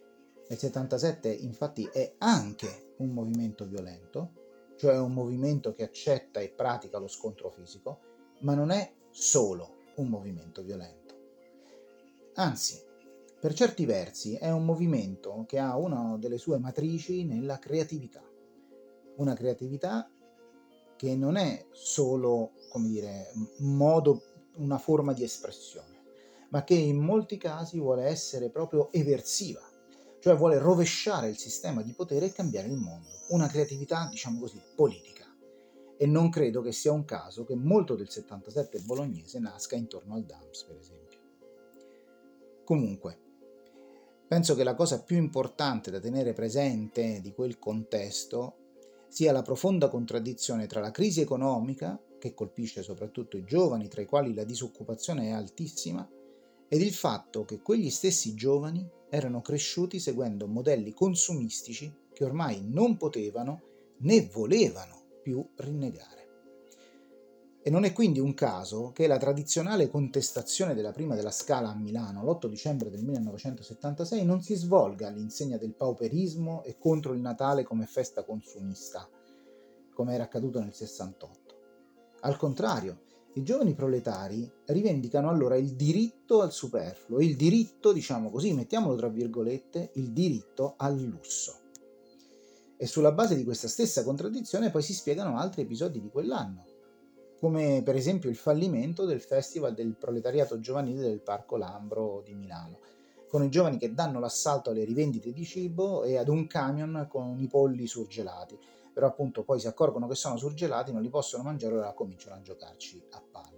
Nel 77 infatti è anche un movimento violento, cioè un movimento che accetta e pratica lo scontro fisico, ma non è solo un movimento violento. Anzi, per certi versi è un movimento che ha una delle sue matrici nella creatività. Una creatività che non è solo, come dire, una forma di espressione, ma che in molti casi vuole essere proprio eversiva, cioè vuole rovesciare il sistema di potere e cambiare il mondo. Una creatività, diciamo così, politica. E non credo che sia un caso che molto del 77 bolognese nasca intorno al Dams, per esempio. Comunque, penso che la cosa più importante da tenere presente di quel contesto sia la profonda contraddizione tra la crisi economica, che colpisce soprattutto i giovani, tra i quali la disoccupazione è altissima, ed il fatto che quegli stessi giovani erano cresciuti seguendo modelli consumistici che ormai non potevano né volevano più rinnegare. E non è quindi un caso che la tradizionale contestazione della Prima della Scala a Milano l'8 dicembre del 1976 non si svolga all'insegna del pauperismo e contro il Natale come festa consumista, come era accaduto nel 68. Al contrario, i giovani proletari rivendicano allora il diritto al superfluo, il diritto, diciamo così, mettiamolo tra virgolette, il diritto al lusso. E sulla base di questa stessa contraddizione poi si spiegano altri episodi di quell'anno, come per esempio il fallimento del Festival del Proletariato Giovanile del Parco Lambro di Milano, con i giovani che danno l'assalto alle rivendite di cibo e ad un camion con i polli surgelati, però appunto poi si accorgono che sono surgelati, non li possono mangiare, allora cominciano a giocarci a palla.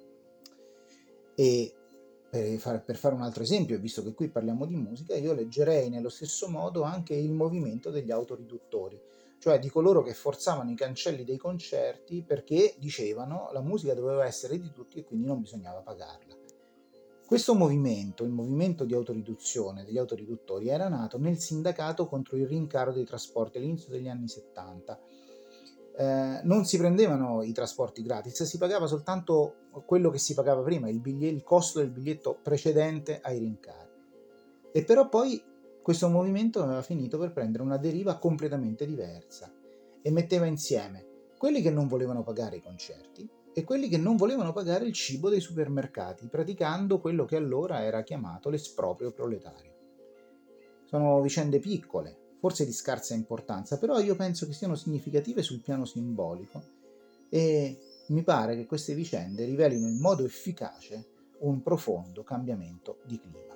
E per fare un altro esempio, visto che qui parliamo di musica, io leggerei nello stesso modo anche il movimento degli autoriduttori, cioè di coloro che forzavano i cancelli dei concerti perché dicevano la musica doveva essere di tutti e quindi non bisognava pagarla. Questo movimento, il movimento di autoriduzione degli autoriduttori, era nato nel sindacato contro il rincaro dei trasporti all'inizio degli anni 70. Non si prendevano i trasporti gratis, si pagava soltanto quello che si pagava prima, il costo del biglietto precedente ai rincari. E però poi questo movimento aveva finito per prendere una deriva completamente diversa e metteva insieme quelli che non volevano pagare i concerti e quelli che non volevano pagare il cibo dei supermercati, praticando quello che allora era chiamato l'esproprio proletario. Sono vicende piccole, forse di scarsa importanza, però io penso che siano significative sul piano simbolico e mi pare che queste vicende rivelino in modo efficace un profondo cambiamento di clima.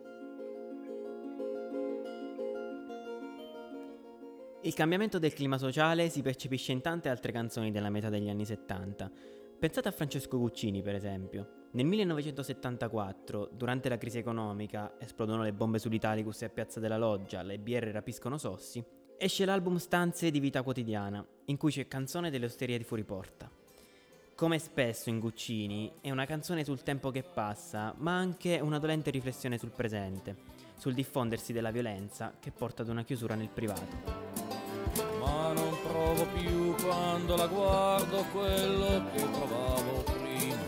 Il cambiamento del clima sociale si percepisce in tante altre canzoni della metà degli anni 70. Pensate a Francesco Guccini, per esempio. Nel 1974, durante la crisi economica, esplodono le bombe sull'Italicus e a Piazza della Loggia, le BR rapiscono Sossi, esce l'album Stanze di vita quotidiana, in cui c'è Canzone delle osterie di fuori porta. Come spesso in Guccini, è una canzone sul tempo che passa, ma anche una dolente riflessione sul presente, sul diffondersi della violenza che porta ad una chiusura nel privato. Ma non provo più quando la guardo quello che provavo prima.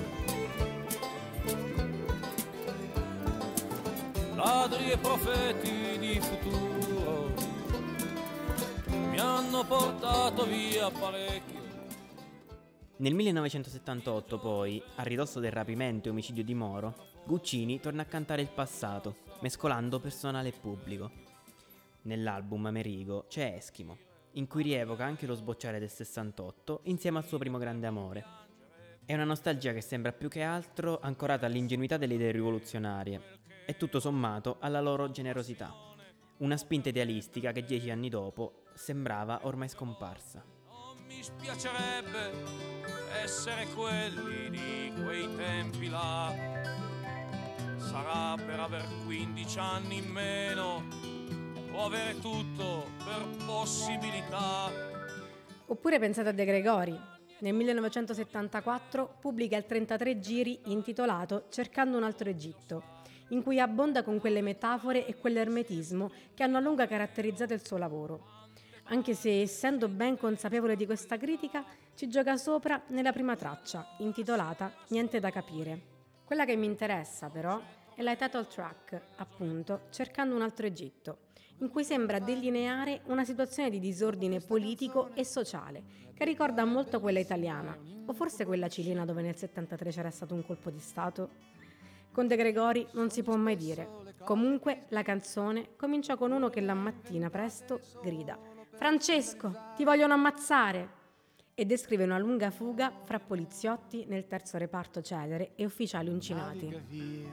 Ladri e profeti di futuro mi hanno portato via parecchio. Nel 1978 poi, a ridosso del rapimento e omicidio di Moro, Guccini torna a cantare il passato, mescolando personale e pubblico. Nell'album Amerigo c'è Eschimo, in cui rievoca anche lo sbocciare del 68 insieme al suo primo grande amore. È una nostalgia che sembra più che altro ancorata all'ingenuità delle idee rivoluzionarie e tutto sommato alla loro generosità, una spinta idealistica che 10 anni dopo sembrava ormai scomparsa. Mi spiacerebbe essere quelli di quei tempi là. Sarà per aver 15 anni in meno o avere tutto per possibilità. Oppure pensate a De Gregori. Nel 1974 pubblica il 33 giri intitolato Cercando un altro Egitto, in cui abbonda con quelle metafore e quell'ermetismo che hanno a lungo caratterizzato il suo lavoro. Anche se, essendo ben consapevole di questa critica, ci gioca sopra nella prima traccia, intitolata Niente da capire. Quella che mi interessa, però, è la title track, appunto, Cercando un altro Egitto, in cui sembra delineare una situazione di disordine politico e sociale, che ricorda molto quella italiana, o forse quella cilena dove nel 73 c'era stato un colpo di Stato. Con De Gregori non si può mai dire. Comunque la canzone comincia con uno che la mattina presto grida: «Francesco, ti vogliono ammazzare!» e descrive una lunga fuga fra poliziotti nel terzo reparto Celere e ufficiali uncinati.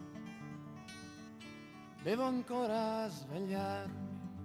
Devo ancora svegliarmi.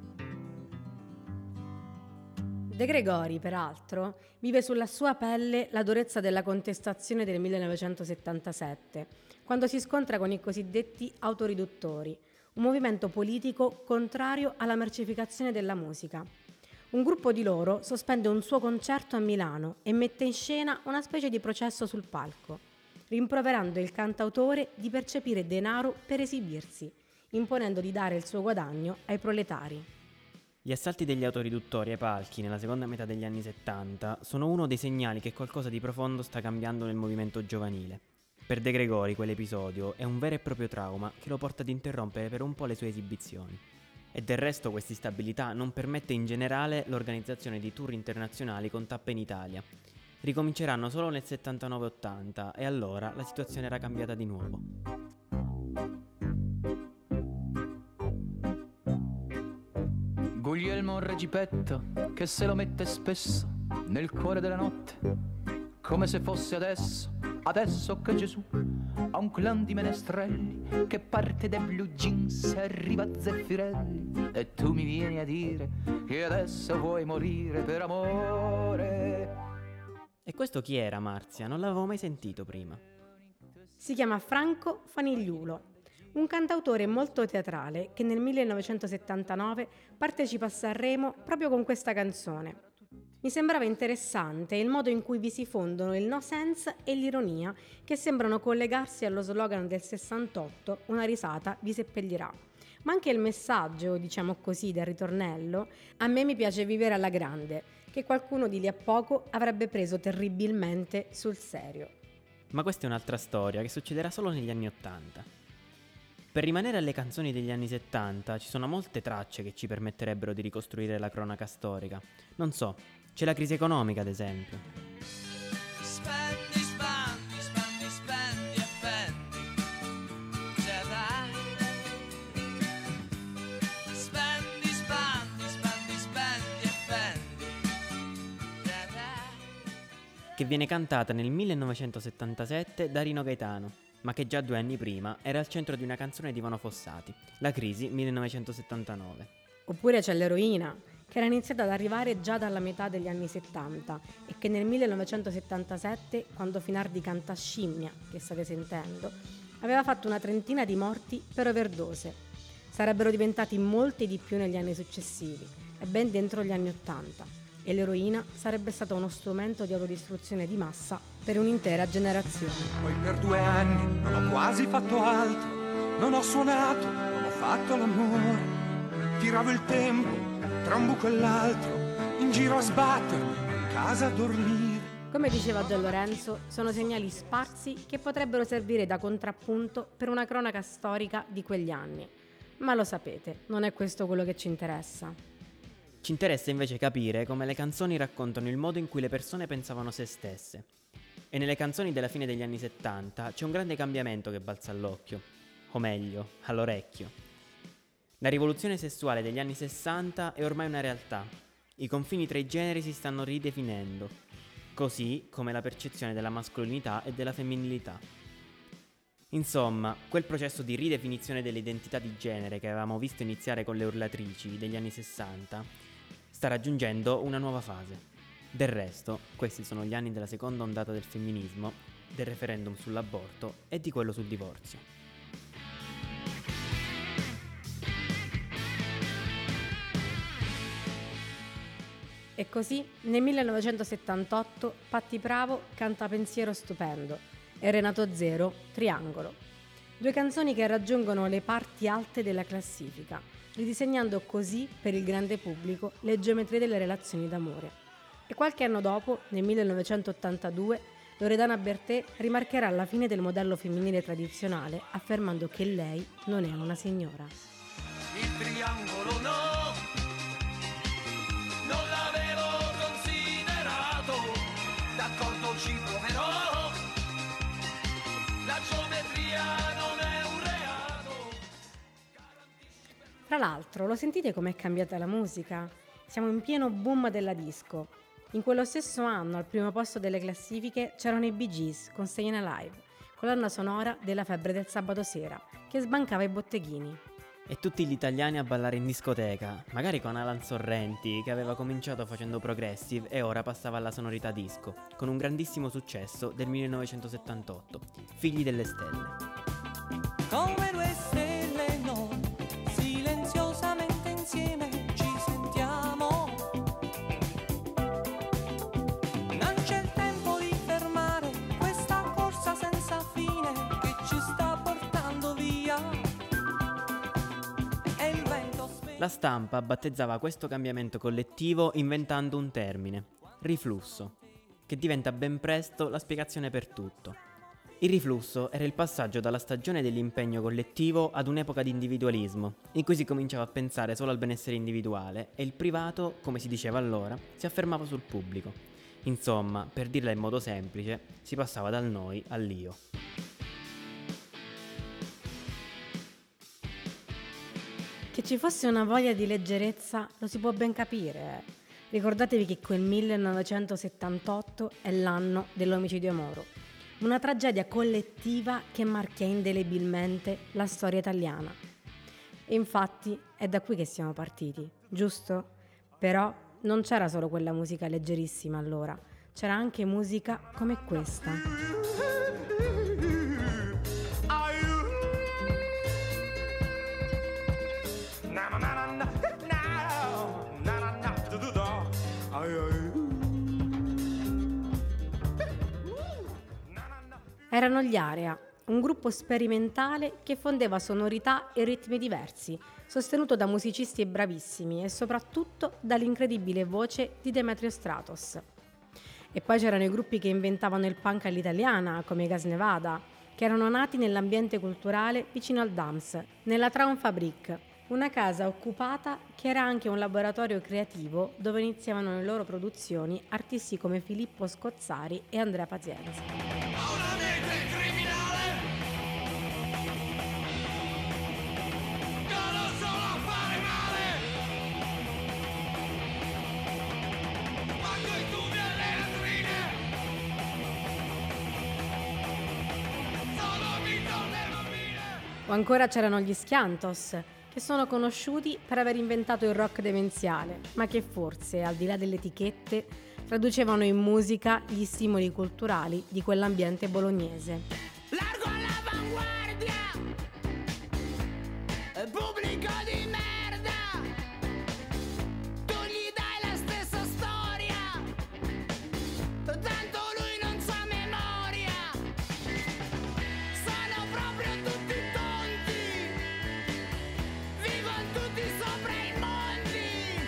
De Gregori, peraltro, vive sulla sua pelle la durezza della contestazione del 1977, quando si scontra con i cosiddetti autoriduttori, un movimento politico contrario alla mercificazione della musica. Un gruppo di loro sospende un suo concerto a Milano e mette in scena una specie di processo sul palco, rimproverando il cantautore di percepire denaro per esibirsi, imponendo di dare il suo guadagno ai proletari. Gli assalti degli autoriduttori ai palchi nella seconda metà degli anni 70 sono uno dei segnali che qualcosa di profondo sta cambiando nel movimento giovanile. Per De Gregori quell'episodio è un vero e proprio trauma che lo porta ad interrompere per un po' le sue esibizioni. E del resto questa instabilità non permette in generale l'organizzazione di tour internazionali con tappe in Italia. Ricominceranno solo nel 79-80 e allora la situazione era cambiata di nuovo. Guglielmo Regipetto che se lo mette spesso nel cuore della notte, come se fosse adesso che Gesù ha un clan di menestrelli che parte dai blue jeans e arriva a Zeffirelli, e tu mi vieni a dire che adesso vuoi morire per amore. E questo chi era, Marzia? Non l'avevo mai sentito prima. Si chiama Franco Fanigliulo, un cantautore molto teatrale che nel 1979 partecipa a Sanremo proprio con questa canzone. Mi sembrava interessante il modo in cui vi si fondono il no sense e l'ironia, che sembrano collegarsi allo slogan del 68, una risata vi seppellirà. Ma anche il messaggio, diciamo così, del ritornello, a me mi piace vivere alla grande, che qualcuno di lì a poco avrebbe preso terribilmente sul serio. Ma questa è un'altra storia che succederà solo negli anni 80. Per rimanere alle canzoni degli anni 70 ci sono molte tracce che ci permetterebbero di ricostruire la cronaca storica. Non so, c'è la crisi economica ad esempio. Spendi, spandi, spandi, spendi e fendi. Jedi. Spendi, spandi, spandi, spendi e fendi. Jedi. Che viene cantata nel 1977 da Rino Gaetano, ma che già 2 anni prima era al centro di una canzone di Ivano Fossati, La crisi 1979. Oppure c'è l'eroina, che era iniziata ad arrivare già dalla metà degli anni 70 e che nel 1977, quando Finardi canta Scimmia, che state sentendo, aveva fatto una trentina di morti per overdose. Sarebbero diventati molti di più negli anni successivi e ben dentro gli anni 80. E l'eroina sarebbe stato uno strumento di autodistruzione di massa per un'intera generazione. Poi per 2 anni non ho quasi fatto altro, non ho suonato, non ho fatto l'amore. Tiravo il tempo tra un buco e l'altro, in giro a sbattermi, in casa a dormire. Come diceva Gian Lorenzo, sono segnali sparsi che potrebbero servire da contrappunto per una cronaca storica di quegli anni. Ma lo sapete, non è questo quello che ci interessa. Ci interessa invece capire come le canzoni raccontano il modo in cui le persone pensavano se stesse. E nelle canzoni della fine degli anni 70 c'è un grande cambiamento che balza all'occhio, o meglio, all'orecchio. La rivoluzione sessuale degli anni 60 è ormai una realtà. I confini tra i generi si stanno ridefinendo, così come la percezione della mascolinità e della femminilità. Insomma, quel processo di ridefinizione dell'identità di genere che avevamo visto iniziare con le urlatrici degli anni 60 sta raggiungendo una nuova fase. Del resto, questi sono gli anni della seconda ondata del femminismo, del referendum sull'aborto e di quello sul divorzio. E così, nel 1978, Patti Bravo canta Pensiero stupendo e Renato Zero Triangolo. 2 canzoni che raggiungono le parti alte della classifica, ridisegnando così per il grande pubblico le geometrie delle relazioni d'amore. E qualche anno dopo, nel 1982, Loredana Bertè rimarcherà la fine del modello femminile tradizionale, affermando che lei non è una signora. Il triangolo no. Tra l'altro, lo sentite com'è cambiata la musica? Siamo in pieno boom della disco. In quello stesso anno, al primo posto delle classifiche, c'erano i Bee Gees con Stayin' Alive, colonna sonora della febbre del sabato sera, che sbancava i botteghini. E tutti gli italiani a ballare in discoteca, magari con Alan Sorrenti, che aveva cominciato facendo progressive e ora passava alla sonorità disco, con un grandissimo successo del 1978, Figli delle Stelle. Come due stelle noi, silenziosamente insieme ci sentiamo. Non c'è il tempo di fermare questa corsa senza fine che ci sta portando via. E il vento La stampa battezzava questo cambiamento collettivo inventando un termine, riflusso, che diventa ben presto la spiegazione per tutto. Il riflusso era il passaggio dalla stagione dell'impegno collettivo ad un'epoca di individualismo, in cui si cominciava a pensare solo al benessere individuale e il privato, come si diceva allora, si affermava sul pubblico. Insomma, per dirla in modo semplice, si passava dal noi all'io. Che ci fosse una voglia di leggerezza lo si può ben capire. Ricordatevi che quel 1978 è l'anno dell'omicidio Moro. Una tragedia collettiva che marchia indelebilmente la storia italiana. E infatti è da qui che siamo partiti, giusto? Però non c'era solo quella musica leggerissima allora, c'era anche musica come questa. Erano gli Area, un gruppo sperimentale che fondeva sonorità e ritmi diversi, sostenuto da musicisti bravissimi e soprattutto dall'incredibile voce di Demetrio Stratos. E poi c'erano i gruppi che inventavano il punk all'italiana, come i Gas Nevada, che erano nati nell'ambiente culturale vicino al Dams, nella Traumfabrik, una casa occupata che era anche un laboratorio creativo dove iniziavano le loro produzioni artisti come Filippo Scozzari e Andrea Pazienza. O ancora c'erano gli Schiantos, che sono conosciuti per aver inventato il rock demenziale, ma che forse, al di là delle etichette, traducevano in musica gli stimoli culturali di quell'ambiente bolognese. Largo all'avanguardia, pubblico di merda, tu gli dai la stessa storia, tanto lui non sa memoria, sono proprio tutti tonti, vivono tutti sopra i monti.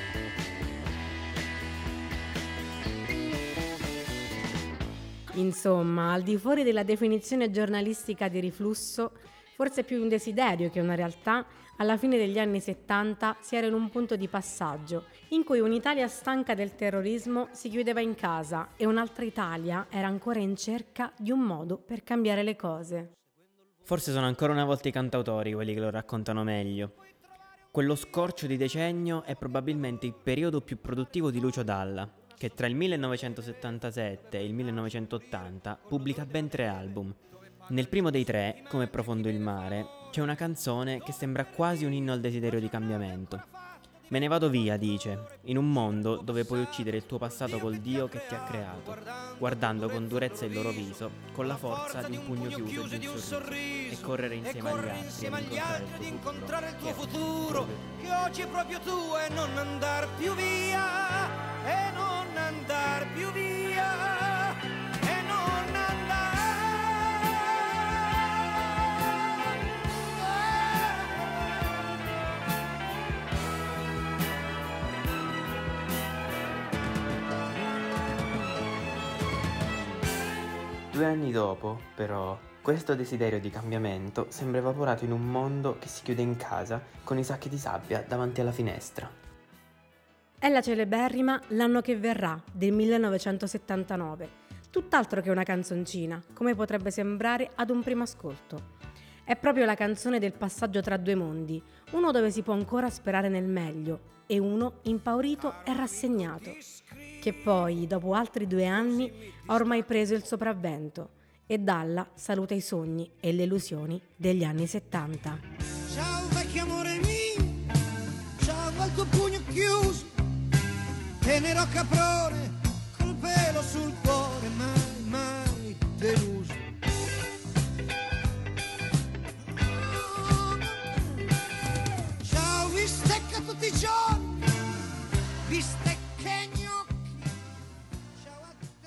Insomma, al di fuori della definizione giornalistica di riflusso, forse più un desiderio che una realtà, alla fine degli anni 70 si era in un punto di passaggio, in cui un'Italia stanca del terrorismo si chiudeva in casa e un'altra Italia era ancora in cerca di un modo per cambiare le cose. Forse sono ancora una volta i cantautori quelli che lo raccontano meglio. Quello scorcio di decennio è probabilmente il periodo più produttivo di Lucio Dalla, che tra il 1977 e il 1980 pubblica ben 3 album. Nel primo dei 3, Come profondo il mare, c'è una canzone che sembra quasi un inno al desiderio di cambiamento. Me ne vado via, dice, in un mondo dove puoi uccidere il tuo passato col Dio che ti ha creato, guardando con durezza il loro viso, con la forza di un pugno chiuso e di un sorriso, e correre insieme agli altri ad incontrare il tuo futuro, Che oggi è proprio tuo e non andar più via, e non andar più via, e non andar. Due anni dopo, però, questo desiderio di cambiamento sembra evaporato in un mondo che si chiude in casa con i sacchi di sabbia davanti alla finestra. È la celeberrima L'anno che verrà, del 1979, tutt'altro che una canzoncina, come potrebbe sembrare ad un primo ascolto. È proprio la canzone del passaggio tra due mondi, uno dove si può ancora sperare nel meglio e uno impaurito e rassegnato, che poi, dopo altri 2 anni, ha ormai preso il sopravvento e dalla saluta i sogni e le illusioni degli anni 70. Ciao vecchio amore mio, ciao al tuo pugno chiuso, tenero caprone col pelo sul cuore, mai, mai deluso. Ciao bistecca tutti i giorni, bistecche e gnocchi, ciao a te.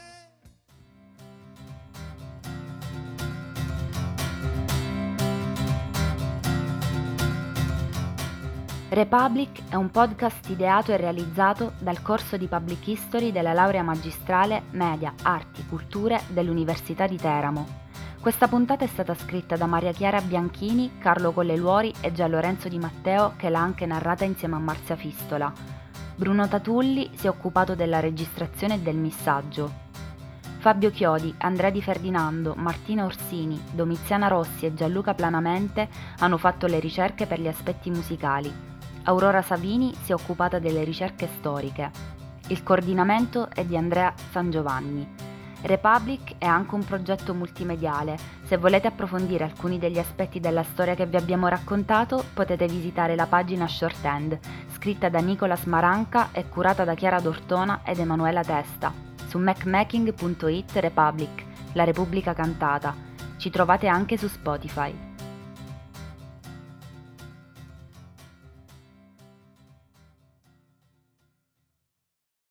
Republic è un podcast ideato e realizzato dal corso di Public History della laurea magistrale Media, Arti, Culture dell'Università di Teramo. Questa puntata è stata scritta da Maria Chiara Bianchini, Carlo Colleluori e Gianlorenzo Di Matteo, che l'ha anche narrata insieme a Marzia Fistola. Bruno Tatulli si è occupato della registrazione e del missaggio. Fabio Chiodi, Andrea Di Ferdinando, Martina Orsini, Domiziana Rossi e Gianluca Planamente hanno fatto le ricerche per gli aspetti musicali. Aurora Savini si è occupata delle ricerche storiche. Il coordinamento è di Andrea Sangiovanni. Republic è anche un progetto multimediale. Se volete approfondire alcuni degli aspetti della storia che vi abbiamo raccontato, potete visitare la pagina Shorthand, scritta da Nicolas Maranca e curata da Chiara Dortona ed Emanuela Testa, su macmaking.it Republic, la Repubblica cantata. Ci trovate anche su Spotify.